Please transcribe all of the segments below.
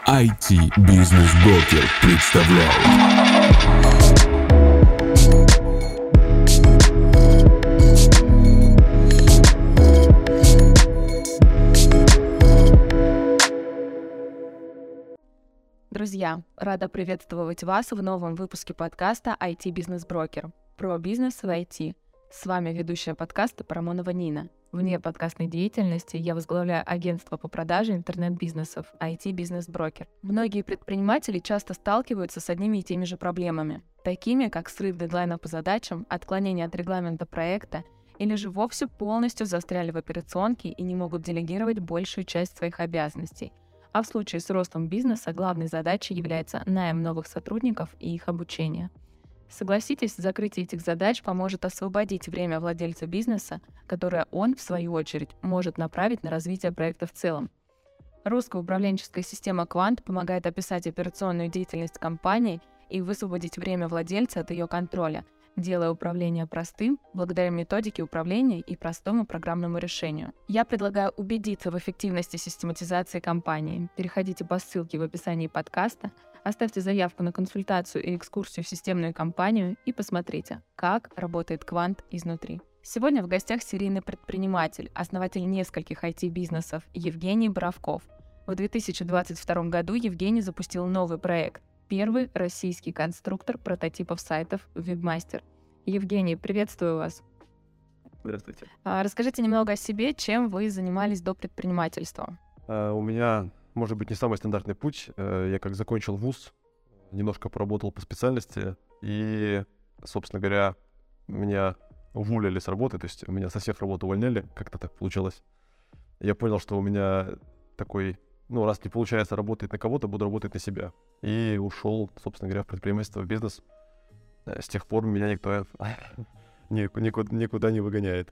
IT-бизнес-брокер представляет. Друзья, рада приветствовать вас в новом выпуске подкаста IT-бизнес-брокер про бизнес в IT. С вами ведущая подкаста Парамонова Нина. Вне подкастной деятельности я возглавляю агентство по продаже интернет-бизнесов IT-бизнес-брокер. Многие предприниматели часто сталкиваются с одними и теми же проблемами, такими как срыв дедлайна по задачам, отклонение от регламента проекта или же вовсе полностью застряли в операционке и не могут делегировать большую часть своих обязанностей. А в случае с ростом бизнеса главной задачей является найм новых сотрудников и их обучение. Согласитесь, закрытие этих задач поможет освободить время владельца бизнеса, которое он, в свою очередь, может направить на развитие проекта в целом. Русская управленческая система Quant помогает описать операционную деятельность компании и высвободить время владельца от ее контроля, делая управление простым благодаря методике управления и простому программному решению. Я предлагаю убедиться в эффективности систематизации компании. Переходите по ссылке в описании подкаста, оставьте заявку на консультацию и экскурсию в системную компанию и посмотрите, как работает Quant изнутри. Сегодня в гостях серийный предприниматель, основатель нескольких IT-бизнесов Евгений Боровков. В 2022 году Евгений запустил новый проект – первый российский конструктор прототипов сайтов Webmaster. Евгений, приветствую вас. Здравствуйте. Расскажите немного о себе, чем вы занимались до предпринимательства. У меня, может быть, не самый стандартный путь. Я как закончил вуз, немножко поработал по специальности, и, собственно говоря, меня уволили с работы, то есть меня со всех работ увольняли, как-то так получилось. Я понял, что у меня такой, раз не получается работать на кого-то, буду работать на себя. И ушел, собственно говоря, в предпринимательство, в бизнес. С тех пор меня никто никуда не выгоняет.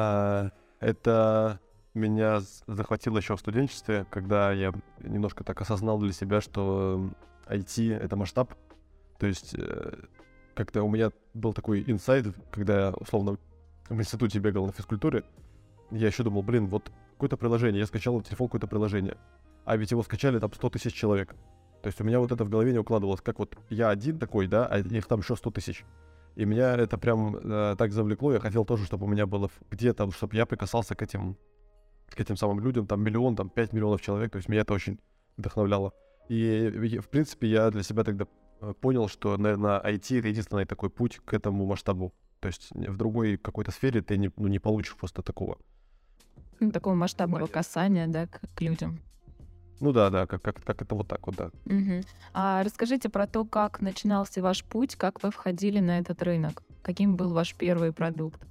Это меня захватило еще в студенчестве, когда я немножко так осознал для себя, что IT — это масштаб. То есть как-то у меня был такой инсайт, когда я, условно, в институте бегал на физкультуре. Я еще думал, вот какое-то приложение. Я скачал на телефон какое-то приложение. А ведь его скачали там 100 тысяч человек. То есть у меня вот это в голове не укладывалось, как вот я один такой, да, а их там еще 100 тысяч. И меня это прям так завлекло. Я хотел тоже, чтобы у меня было где-то, чтобы я прикасался к этим самым людям, там 1 миллион, там 5 миллионов человек. То есть меня это очень вдохновляло. И в принципе, я для себя тогда понял, что, наверное, IT — это единственный такой путь к этому масштабу. То есть в другой какой-то сфере ты не получишь просто такого. Такого масштабного касания, да, к людям. Да, как это вот так вот, да. Угу. А расскажите про то, как начинался ваш путь, как вы входили на этот рынок, каким был ваш первый продукт?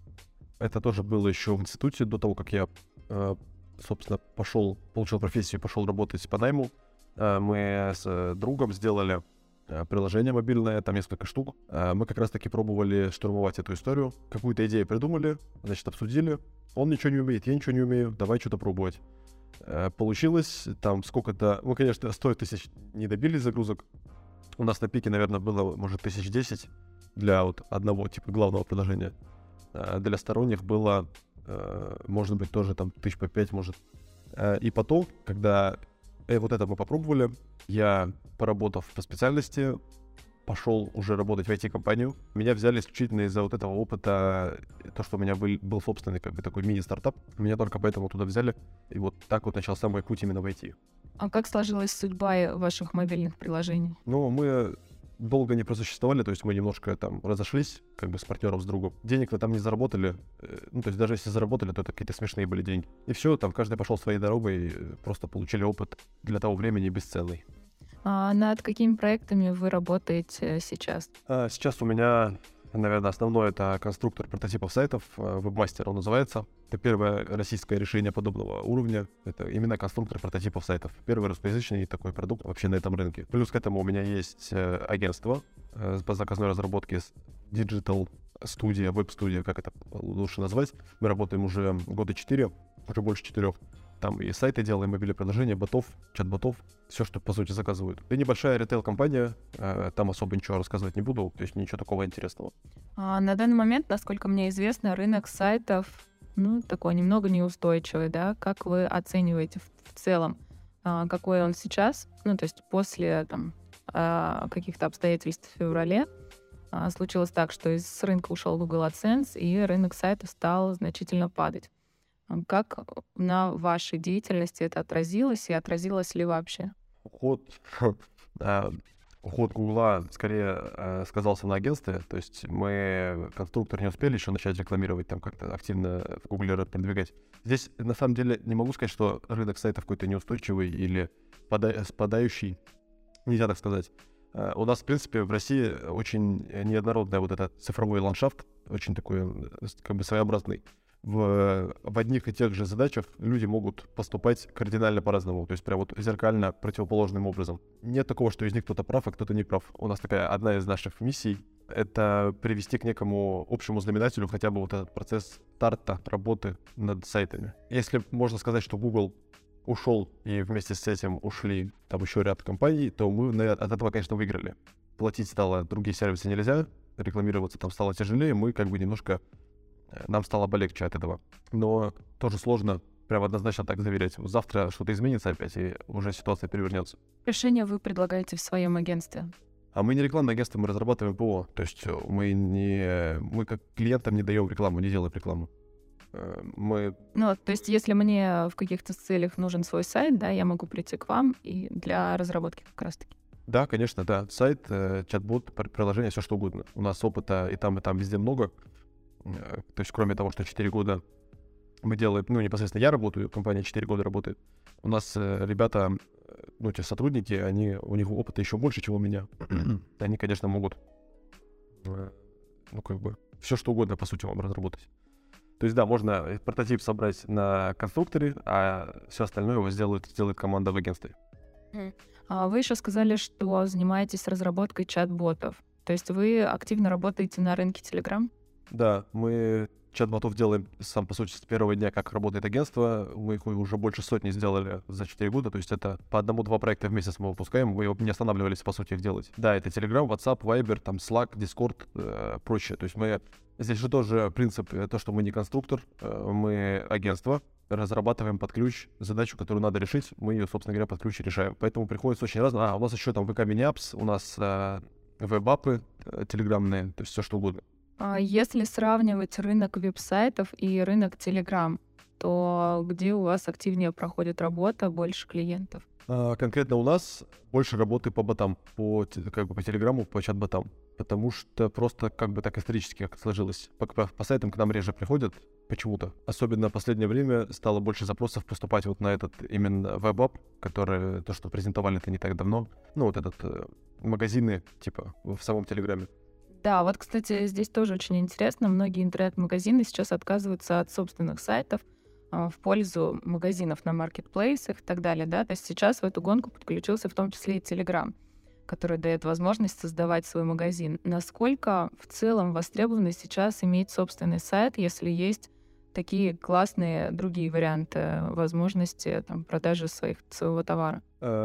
Это тоже было еще в институте, до того, как я, собственно, получил профессию и пошел работать по найму. Мы с другом сделали приложение мобильное, там несколько штук. Мы как раз-таки пробовали штурмовать эту историю. Какую-то идею придумали, значит, обсудили. Он ничего не умеет, я ничего не умею, давай что-то пробовать. Получилось, там сколько-то, мы, конечно, 100 тысяч не добились загрузок. У нас на пике, наверное, было, может, 1010 для вот одного типа главного приложения. Для сторонних было, может быть, тоже там 1000 по 5, может. И потом, когда вот это мы попробовали, я, поработав по специальности, пошел уже работать в IT-компанию. Меня взяли исключительно из-за вот этого опыта, то, что у меня был собственный как бы такой мини-стартап. Меня только поэтому туда взяли. И вот так вот начался мой путь именно в IT. А как сложилась судьба ваших мобильных приложений? Мы долго не просуществовали, то есть мы немножко там разошлись, как бы с партнером, с другом. Денег-то там не заработали. То есть даже если заработали, то это какие-то смешные были деньги. И все, там каждый пошел своей дорогой, просто получили опыт для того времени бесценный. А над какими проектами вы работаете сейчас? Сейчас у меня, наверное, основное — это конструктор прототипов сайтов, Webmaster он называется. Это первое российское решение подобного уровня. Это именно конструктор прототипов сайтов. Первый русскоязычный такой продукт вообще на этом рынке. Плюс к этому у меня есть агентство по заказной разработке, Digital Studio, Web Studio, как это лучше назвать. Мы работаем уже 4 года, уже больше 4. Там и сайты делаем, мобильные приложения, ботов, чат-ботов, все, что, по сути, заказывают. Это небольшая ритейл-компания, там особо ничего рассказывать не буду, то есть ничего такого интересного. На данный момент, насколько мне известно, рынок сайтов, такой немного неустойчивый, да? Как вы оцениваете в целом какой он сейчас. Ну, то есть после там, каких-то обстоятельств в феврале случилось так, что с рынка ушел Google AdSense, и рынок сайтов стал значительно падать. Как на вашей деятельности это отразилось, и отразилось ли вообще? Уход Гугла скорее сказался на агентстве, то есть мы, конструктор, не успели еще начать рекламировать, там как-то активно в Гугле продвигать. Здесь, на самом деле, не могу сказать, что рынок сайтов какой-то неустойчивый или спадающий, нельзя так сказать. У нас, в принципе, в России очень неоднородный вот этот цифровой ландшафт, очень такой, как бы, своеобразный. В одних и тех же задачах люди могут поступать кардинально по-разному, то есть прям вот зеркально противоположным образом. Нет такого, что из них кто-то прав, а кто-то не прав. У нас такая одна из наших миссий — это привести к некому общему знаменателю хотя бы вот этот процесс старта работы над сайтами. Если можно сказать, что Google ушел, и вместе с этим ушли там еще ряд компаний, то мы от этого, конечно, выиграли. Платить стало другие сервисы нельзя, рекламироваться там стало тяжелее, мы как бы немножко... Нам стало полегче от этого. Но тоже сложно прям однозначно так заверять. Завтра что-то изменится опять, и уже ситуация перевернется. Решение вы предлагаете в своем агентстве? А мы не рекламное агентство, мы разрабатываем ПО. То есть мы как клиентам не даем рекламу, не делаем рекламу. Мы... Ну, то есть если мне в каких-то целях нужен свой сайт, да, я могу прийти к вам и для разработки как раз-таки. Да, конечно, да. Сайт, чат-бот, приложение, все что угодно. У нас опыта и там везде много. То есть кроме того, что 4 года мы делаем, ну, непосредственно я работаю, компания 4 года работает. У нас ребята, ну, те сотрудники, у них опыта еще больше, чем у меня. Они, конечно, могут, ну, как бы, все что угодно, по сути, вам разработать. То есть, да, можно прототип собрать на конструкторе, а все остальное его сделает команда в агентстве. Вы еще сказали, что занимаетесь разработкой чат-ботов. То есть вы активно работаете на рынке Telegram? Да, мы чат-ботов делаем, по сути, с первого дня, как работает агентство. Мы их уже больше сотни сделали за 4 года. То есть это по 1-2 проекта в месяц мы выпускаем. Мы не останавливались, по сути, их делать. Да, это Telegram, WhatsApp, Viber, там Slack, Discord, прочее. То есть здесь же тоже принцип, то, что мы не конструктор, мы агентство. Разрабатываем под ключ задачу, которую надо решить. Мы ее, собственно говоря, под ключ решаем. Поэтому приходится очень разно. У нас еще там VK Mini-Apps, у нас веб-аппы телеграммные, то есть все что угодно. Если сравнивать рынок веб-сайтов и рынок Telegram, то где у вас активнее проходит работа, больше клиентов? Конкретно у нас больше работы по ботам, по Телеграму, по чат-ботам. Потому что просто как бы так исторически как сложилось. По сайтам к нам реже приходят почему-то. Особенно в последнее время стало больше запросов поступать вот на этот именно веб-ап, который, то, что презентовали это не так давно. Ну, вот этот магазины, типа, в самом Телеграме. Да, вот, кстати, здесь тоже очень интересно. Многие интернет-магазины сейчас отказываются от собственных сайтов в пользу магазинов на маркетплейсах и так далее, да. То есть сейчас в эту гонку подключился в том числе и Telegram, который дает возможность создавать свой магазин. Насколько в целом востребовано сейчас иметь собственный сайт, если есть такие классные другие варианты возможности там, продажи своего товара?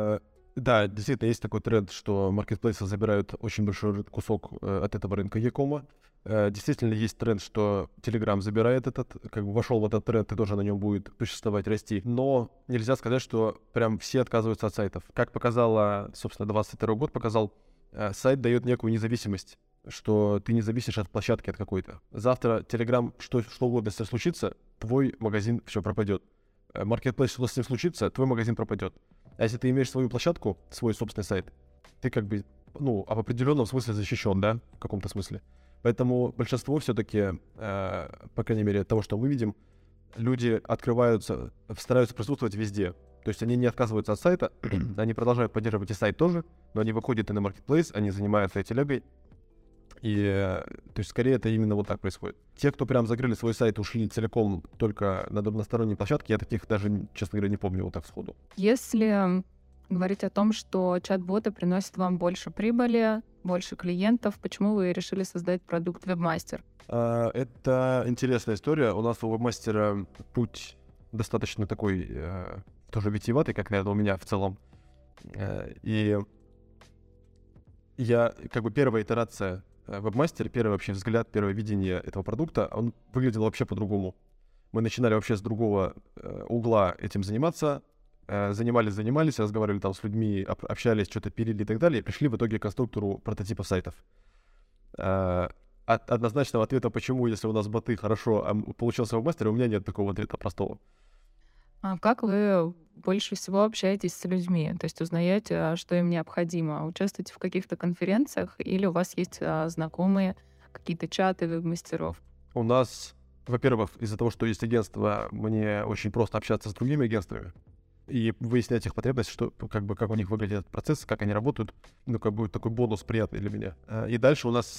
Да, действительно, есть такой тренд, что маркетплейсы забирают очень большой кусок от этого рынка e-кома. Действительно, есть тренд, что Telegram забирает как бы вошел в этот тренд и тоже на нем будет существовать, расти. Но нельзя сказать, что прям все отказываются от сайтов. Как показало, собственно, 22 год показал, сайт дает некую независимость, что ты не зависишь от площадки от какой-то. Завтра Telegram, что угодно с ним случится, твой магазин все пропадет. Маркетплейс, что с ним случится, твой магазин пропадет. А если ты имеешь свою площадку, свой собственный сайт, ты как бы, ну, в определенном смысле защищен, да, в каком-то смысле. Поэтому большинство все-таки, по крайней мере, того, что мы видим, люди открываются, стараются присутствовать везде. То есть они не отказываются от сайта, они продолжают поддерживать и сайт тоже, но они выходят и на маркетплейс, они занимаются телегой. И, то есть, скорее, это именно вот так происходит. Те, кто прям закрыли свой сайт, ушли целиком только на односторонней площадке, я таких даже, честно говоря, не помню вот так сходу. Если говорить о том, что чат-боты приносят вам больше прибыли, больше клиентов, почему вы решили создать продукт Webmaster? Это интересная история. У нас у Webmaster путь достаточно такой, тоже витиеватый, как, наверное, у меня в целом. И я, как бы, первая итерация Webmaster, первый вообще взгляд, первое видение этого продукта, он выглядел вообще по-другому. Мы начинали вообще с другого угла этим заниматься. занимались, разговаривали там с людьми, общались, что-то пилили и так далее, и пришли в итоге к конструктору прототипов сайтов. Однозначного ответа, почему, если у нас боты хорошо, а получился веб-мастер, у меня нет такого ответа простого. А как вы больше всего общаетесь с людьми? То есть узнаете, что им необходимо? Участвуете в каких-то конференциях или у вас есть знакомые, какие-то чаты веб-мастеров? У нас, во-первых, из-за того, что есть агентство, мне очень просто общаться с другими агентствами и выяснять их потребности, что, как у них выглядит этот процесс, как они работают. Такой бонус приятный для меня. И дальше у нас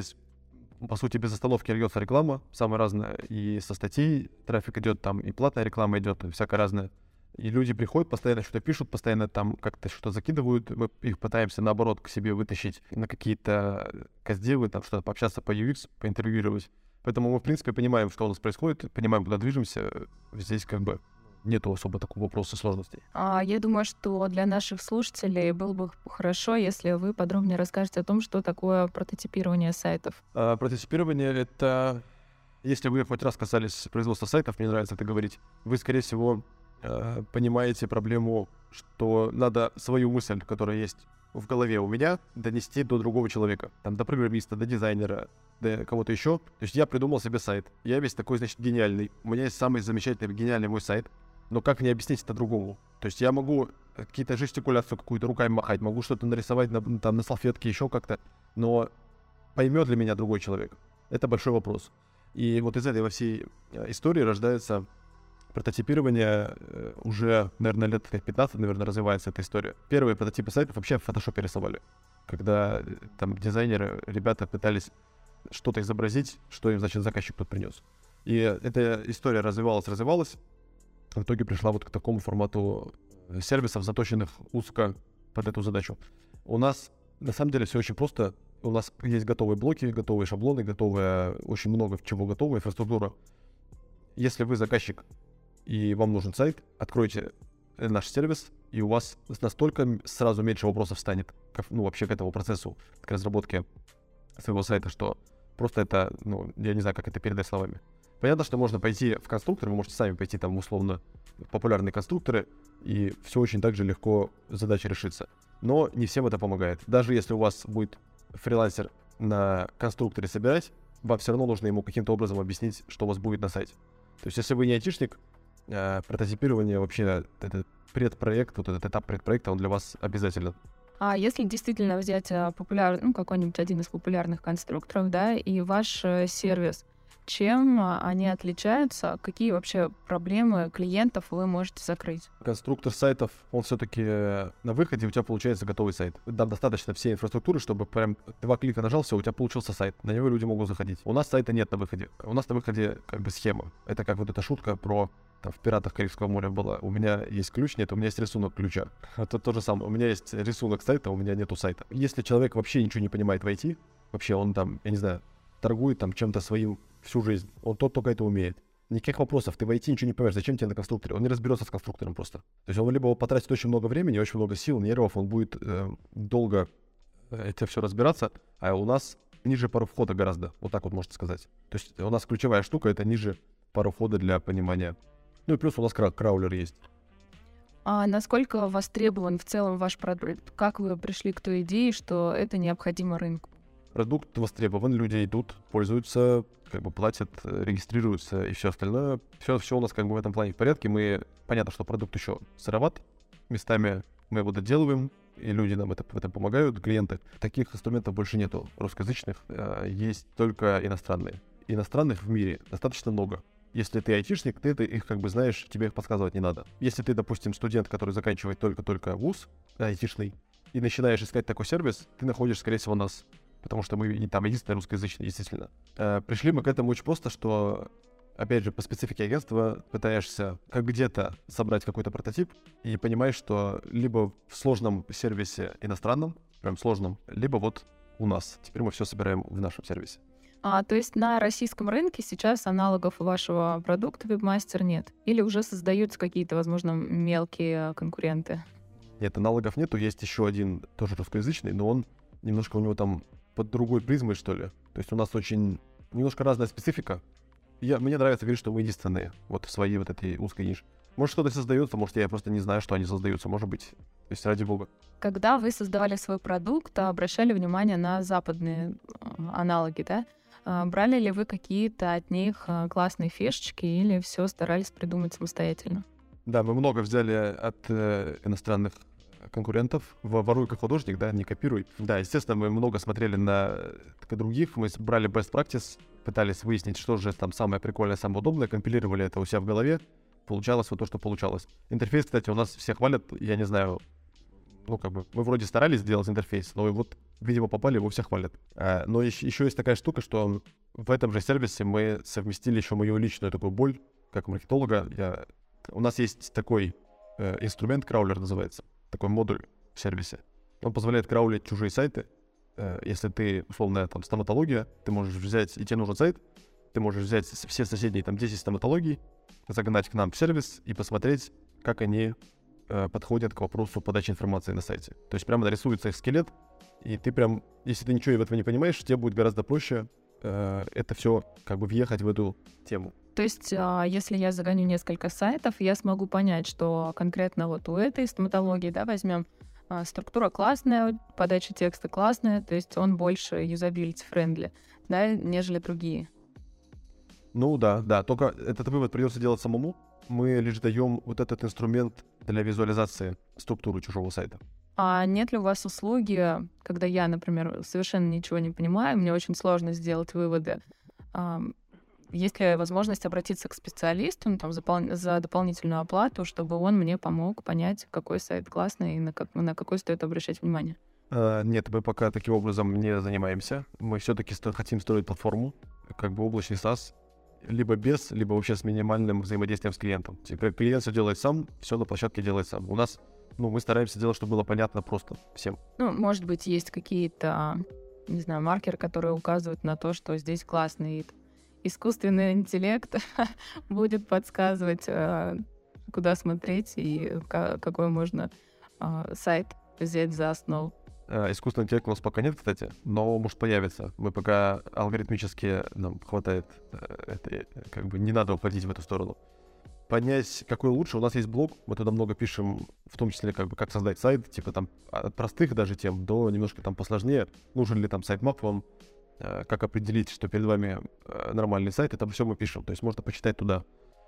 по сути, без остановки льется реклама, самая разная, и со статей трафик идет там, и платная реклама идет, и всякая разная. И люди приходят, постоянно что-то пишут, постоянно там как-то что-то закидывают, мы их пытаемся, наоборот, к себе вытащить на какие-то каздевы, там что-то пообщаться по UX, поинтервьюировать. Поэтому мы, в принципе, понимаем, что у нас происходит, понимаем, куда движемся. Здесь нету особо такого вопроса сложностей. Я думаю, что для наших слушателей было бы хорошо, если вы подробнее расскажете о том, что такое прототипирование сайтов. Прототипирование — это... Если вы хоть раз касались производства сайтов, мне нравится это говорить, вы, скорее всего, понимаете проблему, что надо свою мысль, которая есть в голове у меня, донести до другого человека. Там, до программиста, до дизайнера, до кого-то еще. То есть я придумал себе сайт. Я весь такой, значит, гениальный. У меня есть самый замечательный, гениальный мой сайт. Но как мне объяснить это другому? То есть я могу какие-то жестикуляцию какую-то руками махать, могу что-то нарисовать на салфетке, еще как-то, но поймет ли меня другой человек? Это большой вопрос. И вот из этой во всей истории рождается прототипирование. Уже, наверное, лет 15, развивается эта история. Первые прототипы сайтов вообще в фотошопе рисовали. Когда там дизайнеры, ребята пытались что-то изобразить, что им, значит, заказчик тут принес. И эта история развивалась. В итоге пришла вот к такому формату сервисов, заточенных узко под эту задачу. У нас на самом деле все очень просто. У нас есть готовые блоки, готовые шаблоны, очень много чего готовая инфраструктура. Если вы заказчик и вам нужен сайт, откройте наш сервис, и у вас настолько сразу меньше вопросов станет, вообще к этому процессу, к разработке своего сайта, что просто это, я не знаю, как это передать словами. Понятно, что можно пойти в конструктор, вы можете сами пойти там условно в популярные конструкторы, и все очень так же легко задача решится. Но не всем это помогает. Даже если у вас будет фрилансер на конструкторе собирать, вам все равно нужно ему каким-то образом объяснить, что у вас будет на сайте. То есть если вы не айтишник, прототипирование вообще, этот предпроект, вот этот этап предпроекта, он для вас обязателен. А если действительно взять какой-нибудь один из популярных конструкторов, да, и ваш сервис, чем они отличаются? Какие вообще проблемы клиентов вы можете закрыть? Конструктор сайтов, он все-таки на выходе у тебя получается готовый сайт. Там достаточно всей инфраструктуры, чтобы прям 2 клика нажал, все, у тебя получился сайт. На него люди могут заходить. У нас сайта нет на выходе. У нас на выходе схема. Это как вот эта шутка про в «Пиратах Карибского моря» была. У меня есть ключ, нет, у меня есть рисунок ключа. Это то же самое. У меня есть рисунок сайта, у меня нету сайта. Если человек вообще ничего не понимает в IT, вообще он там, я не знаю, торгует там чем-то своим всю жизнь, он только это умеет. Никаких вопросов, ты в IT ничего не понимаешь, зачем тебе на конструкторе? Он не разберется с конструктором просто. То есть он либо потратит очень много времени, очень много сил, нервов, он будет долго это все разбираться, а у нас ниже пару входа гораздо, вот так вот можно сказать. То есть у нас ключевая штука — это ниже пару входа для понимания. Ну и плюс у нас краулер есть. А насколько востребован в целом ваш продукт? Как вы пришли к той идее, что это необходимо рынку? Продукт востребован, люди идут, пользуются, платят, регистрируются и все остальное. Все у нас в этом плане в порядке. Понятно, что продукт еще сыроват. Местами мы его доделываем, и люди нам в этом помогают, клиенты. Таких инструментов больше нету русскоязычных, есть только иностранные. Иностранных в мире достаточно много. Если ты айтишник, ты их знаешь, тебе их подсказывать не надо. Если ты, допустим, студент, который заканчивает только вуз айтишный, и начинаешь искать такой сервис, ты находишь, скорее всего, нас. Потому что мы там единственные русскоязычные, естественно. Пришли мы к этому очень просто, что, опять же, по специфике агентства пытаешься как где-то собрать какой-то прототип и понимаешь, что либо в сложном сервисе иностранном, прям сложном, либо вот у нас. Теперь мы все собираем в нашем сервисе. То есть на российском рынке сейчас аналогов вашего продукта вебмастер нет? Или уже создаются какие-то, возможно, мелкие конкуренты? Нет, аналогов нету. Есть еще один, тоже русскоязычный, но он немножко у него там под другой призмой, что ли. То есть у нас очень немножко разная специфика. Мне нравится говорить, что мы единственные вот в своей вот этой узкой нише. Может, что-то создается, может, я просто не знаю, что они создаются, может быть. То есть, ради бога. Когда вы создавали свой продукт, обращали внимание на западные аналоги, да? Брали ли вы какие-то от них классные фишечки или все старались придумать самостоятельно? Да, мы много взяли от иностранных конкурентов. Воруй как художник, да, не копируй. Да, естественно, мы много смотрели на других, мы брали best practice, пытались выяснить, что же там самое прикольное, самое удобное, компилировали это у себя в голове. Получалось вот то, что получалось. Интерфейс, кстати, у нас все хвалят, я не знаю, ну, как бы, мы вроде старались сделать интерфейс, но вот, видимо, попали, его все хвалят. Но еще есть такая штука, что в этом же сервисе мы совместили еще мою личную такую боль, как маркетолога. У нас есть такой инструмент, краулер называется, такой модуль в сервисе. Он позволяет краулить чужие сайты. Если ты, условно, там, стоматология, ты можешь взять, и тебе нужен сайт, ты можешь взять все соседние, там, 10 стоматологий, загнать к нам в сервис и посмотреть, как они подходят к вопросу подачи информации на сайте. То есть прямо нарисуется их скелет, и ты прям, если ты ничего в этом не понимаешь, тебе будет гораздо проще это все как бы въехать в эту тему. То есть, если я загоню несколько сайтов, я смогу понять, что конкретно вот у этой стоматологии, да, возьмем, структура классная, подача текста классная, то есть он больше юзабилити-френдли, да, нежели другие. Ну да, только этот вывод придется делать самому. Мы лишь даем вот этот инструмент для визуализации структуры чужого сайта. А нет ли у вас услуги, когда я, например, совершенно ничего не понимаю, мне очень сложно сделать выводы, есть ли возможность обратиться к специалисту, ну, там, за дополнительную оплату, чтобы он мне помог понять, какой сайт классный и на какой стоит обращать внимание? Нет, мы пока таким образом не занимаемся. Мы все-таки хотим строить платформу, как бы облачный SaaS, либо без, либо вообще с минимальным взаимодействием с клиентом. Типа, клиент все делает сам, все на площадке делает сам. У нас, мы стараемся делать, чтобы было понятно просто всем. Ну, может быть, есть какие-то, не знаю, маркеры, которые указывают на то, что здесь классный искусственный интеллект будет подсказывать, куда смотреть и какой можно сайт взять за основу. Искусственного интеллекта у нас пока нет, кстати, но может появиться. Мы пока алгоритмически нам хватает, это как бы не надо уходить в эту сторону. Понять, какой лучше. У нас есть блог, мы туда много пишем, в том числе, как бы, как создать сайт, типа там от простых даже тем до немножко там посложнее. Нужен ли там сайт-мап вам, как определить, что перед вами нормальный сайт, это все мы пишем. То есть можно почитать туда.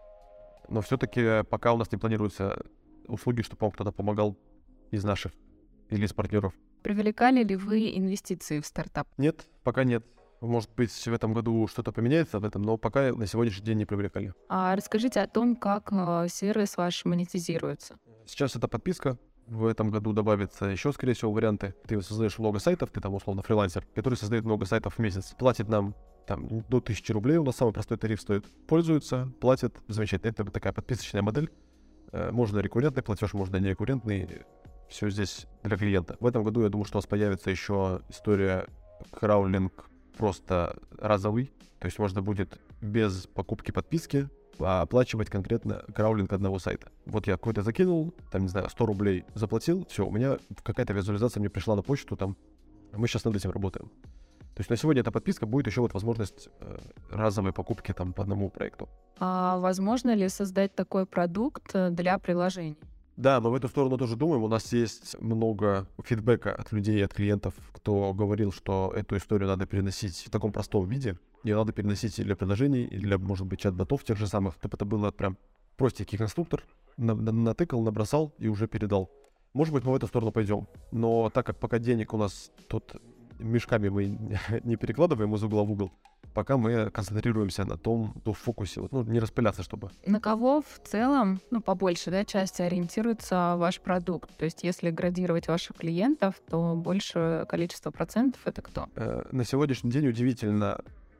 Но все-таки пока у нас не планируются услуги, чтобы вам кто-то помогал из наших или из партнеров. Привлекали ли вы инвестиции в стартап? Нет, пока нет. Может быть, в этом году что-то поменяется в этом, но пока на сегодняшний день не привлекали. А расскажите о том, как сервис ваш монетизируется. Сейчас это подписка. В этом году добавятся еще, скорее всего, варианты. Ты создаешь много сайтов, ты там, условно, фрилансер, который создает много сайтов в месяц. Платит нам там до 1000 рублей, у нас самый простой тариф стоит. Пользуются, платят, замечательно. Это такая подписочная модель. Можно рекуррентный платеж, можно нерекуррентный. Все здесь для клиента. В этом году, я думаю, что у нас появится еще история краулинг просто разовый. То есть можно будет без покупки подписки оплачивать конкретно краулинг одного сайта. Вот я какой-то закинул, там, не знаю, 100 рублей заплатил, все, у меня какая-то визуализация мне пришла на почту, там, мы сейчас над этим работаем. То есть на сегодня эта подписка будет еще вот возможность разовой покупки там по одному проекту. А возможно ли создать такой продукт для приложений? Да, мы в эту сторону тоже думаем. У нас есть много фидбэка от людей, от клиентов, кто говорил, что эту историю надо переносить в таком простом виде. Ее надо переносить и для приложений, и для, может быть, чат-ботов тех же самых, чтобы это было прям простенький конструктор. Натыкал, набросал и уже передал. Может быть, мы в эту сторону пойдем. Но так как пока денег у нас тут мешками мы не перекладываем из угла в угол, пока мы концентрируемся на том, в фокусе, не распыляться, чтобы. На кого в целом, по большей части ориентируется ваш продукт? То есть если градировать ваших клиентов, то большее количество процентов — это кто? На сегодняшний день удивительно,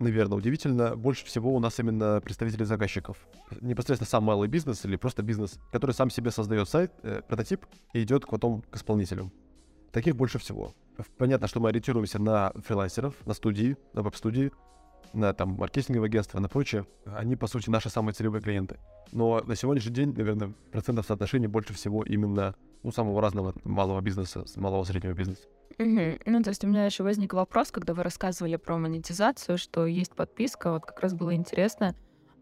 больше всего у нас именно представители заказчиков. Непосредственно сам малый бизнес или просто бизнес, который сам себе создает сайт, прототип и идет потом к исполнителю. Таких больше всего. Понятно, что мы ориентируемся на фрилансеров, на студии, на веб-студии, на там маркетинговые агентства, на прочее. Они, по сути, наши самые целевые клиенты. Но на сегодняшний день, наверное, процентов соотношения больше всего именно самого разного малого бизнеса, малого среднего бизнеса. То есть у меня еще возник вопрос, когда вы рассказывали про монетизацию, что есть подписка, вот как раз было интересно,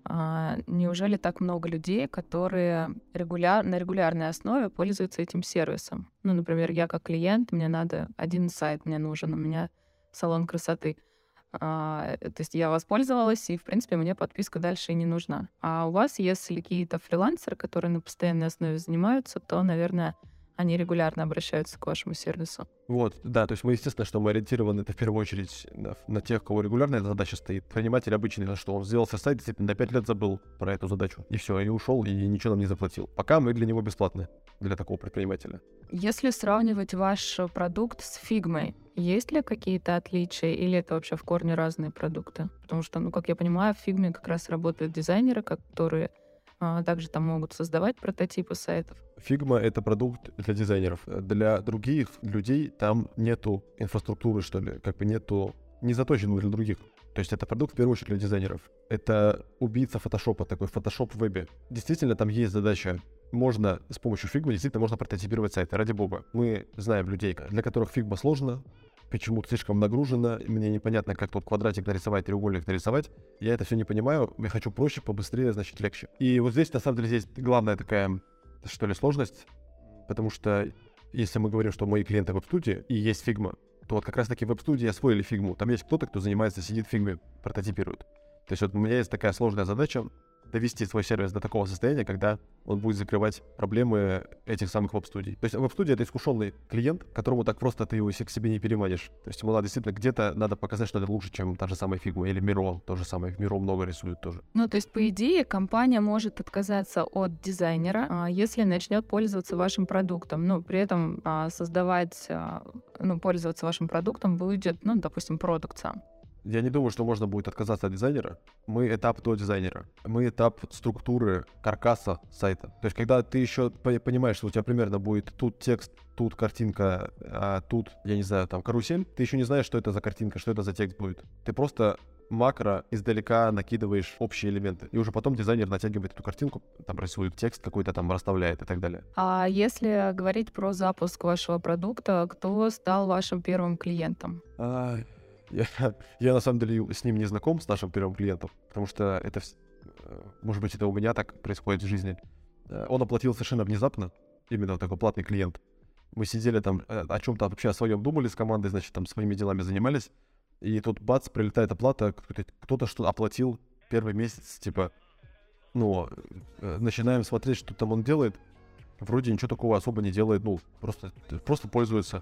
неужели так много людей, которые на регулярной основе пользуются этим сервисом? Ну, например, я как клиент, мне надо один сайт, мне нужен, у меня салон красоты. То есть я воспользовалась, и, в принципе, мне подписка дальше и не нужна. А у вас, если какие-то фрилансеры, которые на постоянной основе занимаются, то, наверное, они регулярно обращаются к вашему сервису. Вот, да, то есть мы, естественно, что мы ориентированы это в первую очередь на тех, у кого регулярная задача стоит. Предприниматель обычный, что он сделал сайт, действительно, на 5 лет забыл про эту задачу. И все, и ушел, и ничего нам не заплатил. Пока мы для него бесплатны, для такого предпринимателя. Если сравнивать ваш продукт с фигмой, есть ли какие-то отличия, или это вообще в корне разные продукты? Потому что, ну, как я понимаю, в фигме как раз работают дизайнеры, которые также там могут создавать прототипы сайтов. Figma — это продукт для дизайнеров. Для других людей там нету инфраструктуры, что ли, как бы нету, не заточенного для других. То есть это продукт в первую очередь для дизайнеров. Это убийца фотошопа, такой фотошоп в вебе. Действительно, там есть задача. Можно с помощью Figma действительно можно прототипировать сайты, ради бога. Мы знаем людей, для которых Figma сложно, почему-то слишком нагружено, мне непонятно, как тут квадратик нарисовать, треугольник нарисовать. Я это все не понимаю, я хочу проще, побыстрее, значит, легче. И вот здесь, на самом деле, здесь главная такая, что ли, сложность, потому что если мы говорим, что мои клиенты веб-студии и есть Figma, то вот как раз-таки веб-студии освоили Figma. Там есть кто-то, кто занимается, сидит в Figma, прототипирует. То есть вот у меня есть такая сложная задача довести свой сервис до такого состояния, когда он будет закрывать проблемы этих самых веб-студий. То есть веб-студия — это искушенный клиент, которому так просто ты его к себе не переманишь. То есть ему надо действительно где-то надо показать, что это лучше, чем та же самая Figma или Miro, то же самое. В Miro много рисуют тоже. Ну, то есть, по идее, компания может отказаться от дизайнера, если начнет пользоваться вашим продуктом. Ну, при этом пользоваться вашим продуктом будет, ну, допустим, продукт сам. Я не думаю, что можно будет отказаться от дизайнера. Мы этап до дизайнера. Мы этап структуры каркаса сайта. То есть, когда ты еще понимаешь, что у тебя примерно будет тут текст, тут картинка, а тут, я не знаю, там карусель, ты еще не знаешь, что это за картинка, что это за текст будет. Ты просто макро издалека накидываешь общие элементы. И уже потом дизайнер натягивает эту картинку, там рисует текст какой-то, там расставляет и так далее. А если говорить про запуск вашего продукта, кто стал вашим первым клиентом? Я на самом деле с ним не знаком, с нашим первым клиентом, потому что это, может быть, это у меня так происходит в жизни. Он оплатил совершенно внезапно, именно такой платный клиент. Мы сидели там, о чем-то вообще о своем думали с командой, значит, там своими делами занимались, и тут бац, прилетает оплата, кто-то что оплатил первый месяц, типа, начинаем смотреть, что там он делает, вроде ничего такого особо не делает, просто пользуется.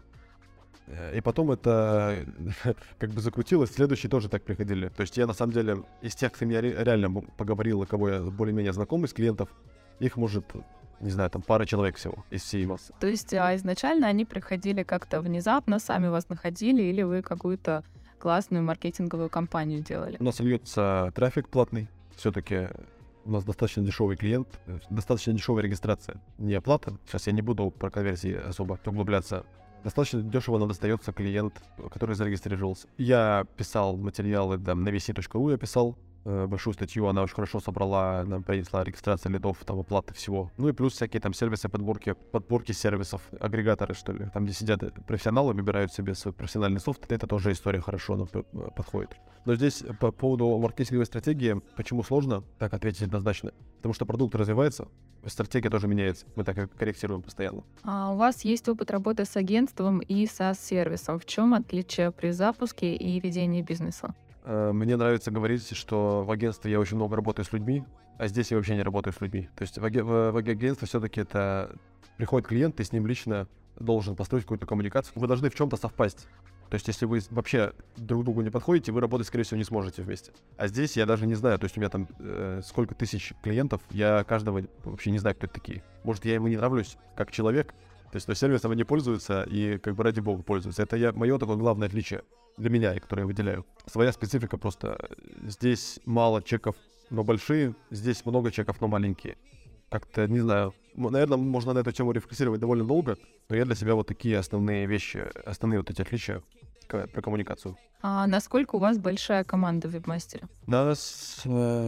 И потом это как бы закрутилось, следующие тоже так приходили. То есть я на самом деле из тех, кто меня реально поговорил, и кого я более-менее знакомый из клиентов, их может, не знаю, там пара человек всего из всей массы. То есть изначально они приходили как-то внезапно, сами вас находили, или вы какую-то классную маркетинговую кампанию делали? У нас льется трафик платный, все-таки у нас достаточно дешевый клиент, достаточно дешевая регистрация, не оплата. Сейчас я не буду про конверсии особо углубляться. Достаточно дешево нам достается клиент, который зарегистрировался. Я писал материалы, на vc.ru я писал большую статью, она очень хорошо собрала, нам принесла регистрация лидов, там оплаты всего. Ну и плюс всякие там сервисы, подборки сервисов, агрегаторы, что ли. Там, где сидят профессионалы, выбирают себе свой профессиональный софт, это тоже история хорошо нам подходит. Но здесь по поводу маркетинговой стратегии, почему сложно так ответить однозначно? Потому что продукт развивается, стратегия тоже меняется, мы так и корректируем постоянно. А у вас есть опыт работы с агентством и SaaS-сервисом. В чем отличие при запуске и ведении бизнеса? Мне нравится говорить, что в агентстве я очень много работаю с людьми, а здесь я вообще не работаю с людьми. То есть в агентстве все-таки это приходит клиент, ты с ним лично должен построить какую-то коммуникацию. Вы должны в чем-то совпасть. То есть если вы вообще друг другу не подходите, вы работать, скорее всего, не сможете вместе. А здесь я даже не знаю, то есть у меня там сколько тысяч клиентов, я каждого вообще не знаю, кто это такие. Может, я ему не нравлюсь как человек, то есть сервисом они пользуются и как бы ради бога пользуются. Это мое такое главное отличие для меня, которое я выделяю. Своя специфика просто. Здесь мало чеков, но большие, здесь много чеков, но маленькие. Как-то, не знаю, наверное, можно на эту тему рефлексировать довольно долго, но я для себя вот такие основные вещи, основные вот эти отличия про коммуникацию. А насколько у вас большая команда в веб-мастере? Нас,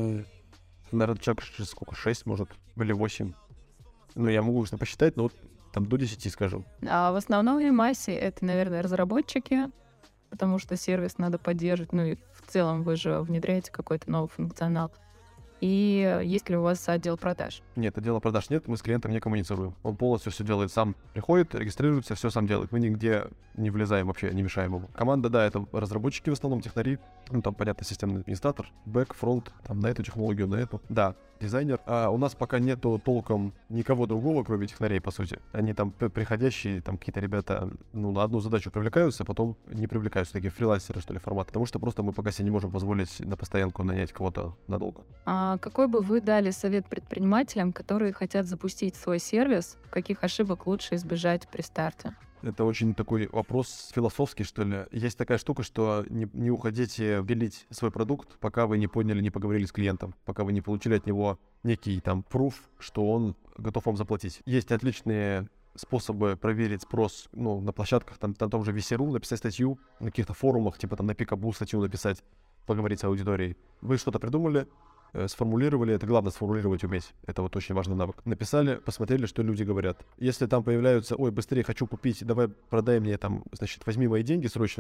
наверное, человек 6, может, или 8. Ну, я могу посчитать, но вот там до 10, скажем. А в основной массе это, наверное, разработчики, потому что сервис надо поддерживать, ну и в целом вы же внедряете какой-то новый функционал. И есть ли у вас отдел продаж? Нет, отдела продаж нет, мы с клиентом не коммуницируем. Он полностью все делает сам. Приходит, регистрируется, все сам делает. Мы нигде не влезаем вообще, не мешаем ему. Команда, да, это разработчики в основном, технари. Ну, там, понятно, системный администратор, бэк, фронт, там, на эту технологию, на эту. Да, дизайнер. А у нас пока нету толком никого другого, кроме технарей, по сути. Они там приходящие, там какие-то ребята, ну, на одну задачу привлекаются, а потом не привлекаются, такие фрилансеры, что ли, формат. Потому что просто мы пока себе не можем позволить на постоянку нанять кого-то надолго. А какой бы вы дали совет предпринимателям, которые хотят запустить свой сервис? Каких ошибок лучше избежать при старте? Это очень такой вопрос философский, что ли. Есть такая штука, что не уходите белить свой продукт, пока вы не поняли, не поговорили с клиентом, пока вы не получили от него некий там пруф, что он готов вам заплатить. Есть отличные способы проверить спрос, ну, на площадках, там, на том же VC.ru, написать статью, на каких-то форумах, типа там на Picaboo статью написать, поговорить с аудиторией. Вы что-то придумали, сформулировали, это главное сформулировать уметь, это вот очень важный навык. Написали, посмотрели, что люди говорят. Если там появляются, ой, быстрее хочу купить, давай продай мне там, значит, возьми мои деньги срочно,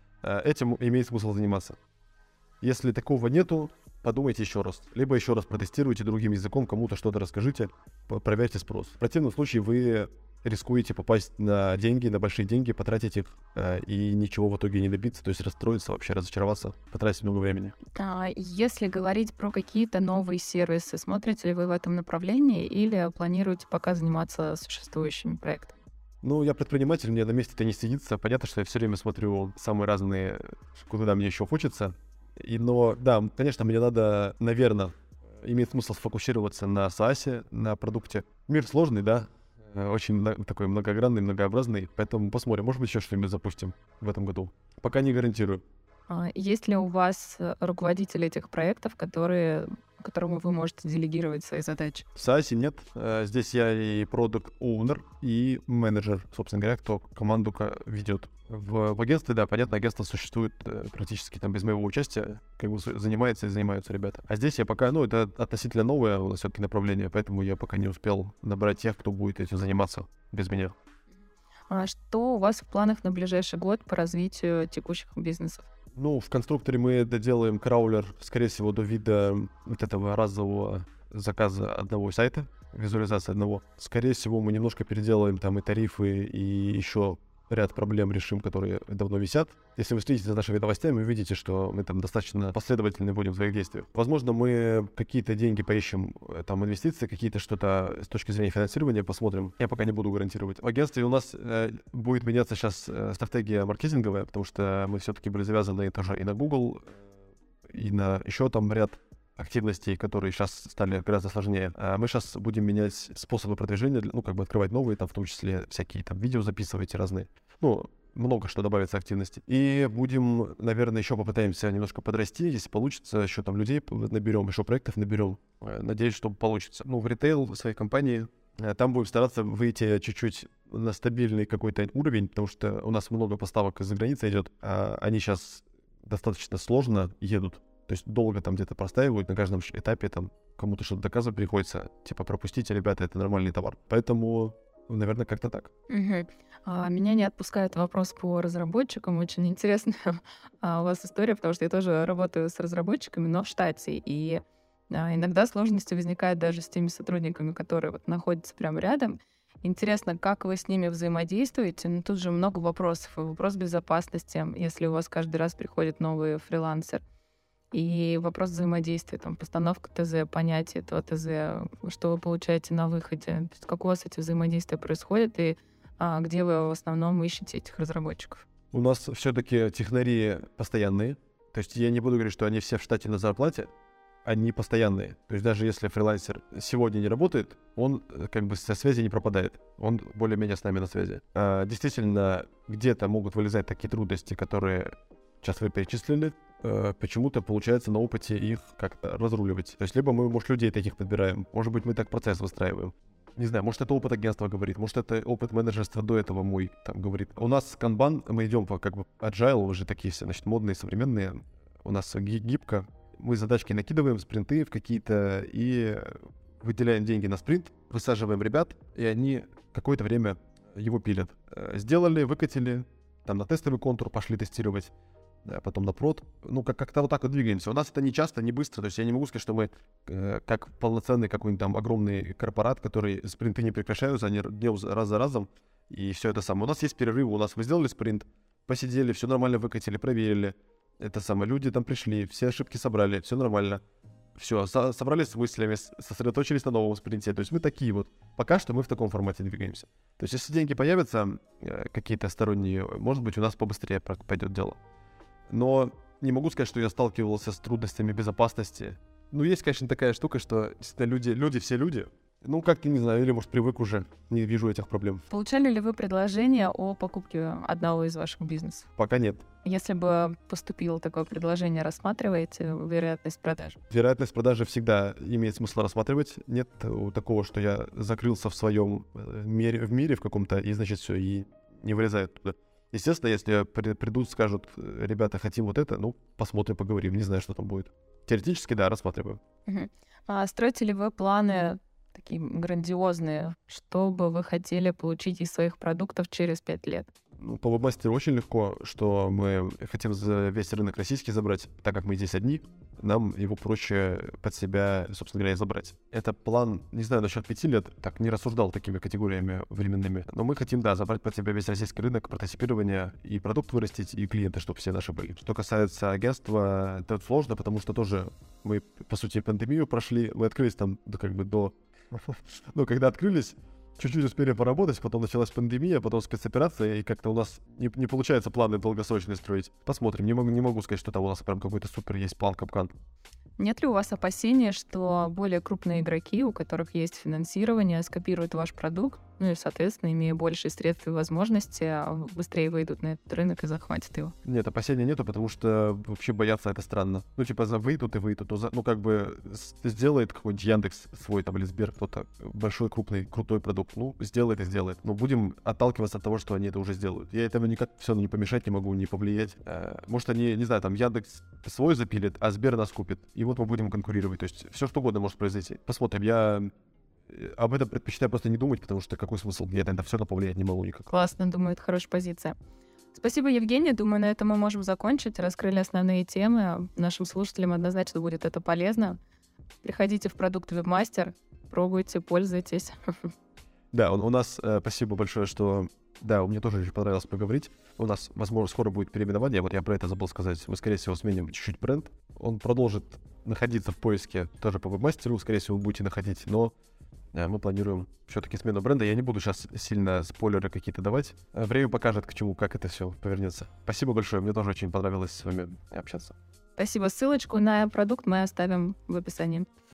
этим имеет смысл заниматься. Если такого нету, подумайте еще раз. Либо еще раз протестируйте другим языком, кому-то что-то расскажите, проверьте спрос. В противном случае вы рискуете попасть на деньги, на большие деньги, потратить их и ничего в итоге не добиться, то есть расстроиться, вообще разочароваться, потратить много времени. Если говорить про какие-то новые сервисы, смотрите ли вы в этом направлении или планируете пока заниматься существующими проектами? Ну, я предприниматель, мне на месте-то не сидится. Понятно, что я все время смотрю самые разные, куда мне еще хочется. Но, да, конечно, мне надо, наверное, имеет смысл сфокусироваться на SaaS, на продукте. Мир сложный, да, очень такой многогранный, многообразный, поэтому посмотрим, может быть, еще что-нибудь запустим в этом году. Пока не гарантирую. Есть ли у вас руководители этих проектов, которому вы можете делегировать свои задачи? В SaaS нет. Здесь я и продукт оунер, и менеджер, собственно говоря, кто команду ведет. В агентстве, да, понятно, агентство существует практически там без моего участия, как бы занимаются ребята. А здесь я пока, ну, это относительно новое у нас все-таки направление, поэтому я пока не успел набрать тех, кто будет этим заниматься без меня. Что у вас в планах на ближайший год по развитию текущих бизнесов? Ну, в конструкторе мы доделаем краулер, скорее всего, до вида вот этого разового заказа одного сайта, визуализации одного. Скорее всего, мы немножко переделаем там и тарифы, и еще ряд проблем решим, которые давно висят. Если вы следите за нашими новостями, вы видите, что мы там достаточно последовательны будем в своих действиях. Возможно, мы какие-то деньги поищем, там инвестиции, какие-то что-то с точки зрения финансирования посмотрим. Я пока не буду гарантировать. В агентстве у нас будет меняться сейчас стратегия маркетинговая, потому что мы все-таки были завязаны тоже и на Google, и на еще там ряд активностей, которые сейчас стали гораздо сложнее. Мы сейчас будем менять способы продвижения, ну, как бы открывать новые, там, в том числе всякие там видео записывать разные. Ну, много что добавится активности. И будем, наверное, еще попытаемся немножко подрасти, если получится, еще там людей наберем, еще проектов наберем. Надеюсь, что получится. Ну, в ритейл, в своей компании, там будем стараться выйти чуть-чуть на стабильный какой-то уровень, потому что у нас много поставок из-за границы идет, а они сейчас достаточно сложно едут. То есть долго там где-то простаивают, на каждом этапе там кому-то что-то доказывать приходится. Типа, пропустите, ребята, это нормальный товар. Поэтому, наверное, как-то так. Меня не отпускает вопрос по разработчикам. Очень интересная у вас история, потому что я тоже работаю с разработчиками, но в штате. И иногда сложности возникают даже с теми сотрудниками, которые вот находятся прямо рядом. Интересно, как вы с ними взаимодействуете? Но тут же много вопросов. И вопрос безопасности, если у вас каждый раз приходит новый фрилансер. И вопрос взаимодействия, там, постановка ТЗ, понятие этого ТЗ, что вы получаете на выходе, то есть как у вас эти взаимодействия происходят, и где вы в основном ищете этих разработчиков? У нас все-таки технари постоянные, то есть я не буду говорить, что они все в штате на зарплате, они постоянные. То есть даже если фрилансер сегодня не работает, он как бы со связи не пропадает, он более-менее с нами на связи. Действительно, где-то могут вылезать такие трудности, которые сейчас вы перечислили, почему-то получается на опыте их как-то разруливать. То есть либо мы, может, людей таких подбираем, может быть, мы так процесс выстраиваем. Не знаю, может, это опыт агентства говорит, может, это опыт менеджерства до этого мой там говорит. У нас канбан, мы идем по как бы agile, уже такие все, значит, модные, современные. У нас гибко. Мы задачки накидываем, спринты в какие-то и выделяем деньги на спринт, высаживаем ребят, и они какое-то время его пилят. Сделали, выкатили, там на тестовый контур пошли тестировать. потом на прод. Ну, как-то вот так вот двигаемся. У нас это не часто, не быстро. То есть я не могу сказать, что мы как полноценный какой-нибудь там огромный корпорат, который спринты не прекращаются, они днем раз за разом, и все это самое. У нас есть перерывы, мы сделали спринт, посидели, все нормально выкатили, проверили. Это самое, люди там пришли, все ошибки собрали, все нормально. Все, собрались с мыслями, сосредоточились на новом спринте. То есть мы такие вот. Пока что мы в таком формате двигаемся. То есть если деньги появятся, какие-то сторонние, может быть, у нас побыстрее пойдет дело. Но не могу сказать, что я сталкивался с трудностями безопасности. Ну, есть, конечно, такая штука, что действительно люди все люди. Ну, как-то, не знаю, или, может, привык уже, не вижу этих проблем. Получали ли вы предложение о покупке одного из ваших бизнесов? Пока нет. Если бы поступило такое предложение, рассматриваете вероятность продажи? Вероятность продажи всегда имеет смысл рассматривать. Нет такого, что я закрылся в своем мире в каком-то, и, значит, все, и не вылезает туда. Естественно, если придут, скажут, ребята, хотим вот это, ну, посмотрим, поговорим, не знаю, что там будет. Теоретически, да, рассматриваю. А строите ли вы планы такие грандиозные, что бы вы хотели получить из своих продуктов через 5 лет? Ну, по вебмастеру очень легко, что мы хотим весь рынок российский забрать, так как мы здесь одни, нам его проще под себя, собственно говоря, и забрать. Это план, не знаю, насчет 5 лет, так не рассуждал такими категориями временными, но мы хотим, да, забрать под себя весь российский рынок, прототипирование, и продукт вырастить, и клиенты, чтобы все наши были. Что касается агентства, это сложно, потому что тоже мы, по сути, пандемию прошли, мы открылись там как бы до... Ну, когда открылись, чуть-чуть успели поработать, потом началась пандемия, потом спецоперация, и как-то у нас не получается планы долгосрочные строить. Посмотрим, не могу сказать, что там у нас прям какой-то супер есть план капкан. Нет ли у вас опасения, что более крупные игроки, у которых есть финансирование, скопируют ваш продукт, ну и, соответственно, имея больше средств и возможностей, быстрее выйдут на этот рынок и захватят его? Нет, опасения нету, потому что вообще бояться это странно. Ну, типа, выйдут и выйдут. Ну, как бы, сделает какой-нибудь Яндекс свой, там, или Сбер, кто-то большой, крупный, крутой продукт. Ну, сделает и сделает. Но будем отталкиваться от того, что они это уже сделают. Я этому никак все равно не помешать не могу, не повлиять. Может, они, не знаю, там, Яндекс свой запилит, а Сбер нас купит. И вот мы будем конкурировать. То есть все что угодно может произойти. Посмотрим. Я об этом предпочитаю просто не думать, потому что какой смысл? Я на это все равно повлиять не могу никак. Классно, думаю, это хорошая позиция. Спасибо, Евгений. Думаю, на этом мы можем закончить. Раскрыли основные темы. Нашим слушателям однозначно будет это полезно. Приходите в продукт Webmaster, пробуйте, пользуйтесь. Да, у нас, спасибо большое, что... Да, мне тоже очень понравилось поговорить. У нас, возможно, скоро будет переименование. Вот я про это забыл сказать. Мы, скорее всего, сменим чуть-чуть бренд. Он продолжит находиться в поиске тоже по вебмастеру. Скорее всего, вы будете находить. Но мы планируем все-таки смену бренда. Я не буду сейчас сильно спойлеры какие-то давать. Время покажет, к чему, как это все повернется. Спасибо большое. Мне тоже очень понравилось с вами общаться. Спасибо. Ссылочку на продукт мы оставим в описании.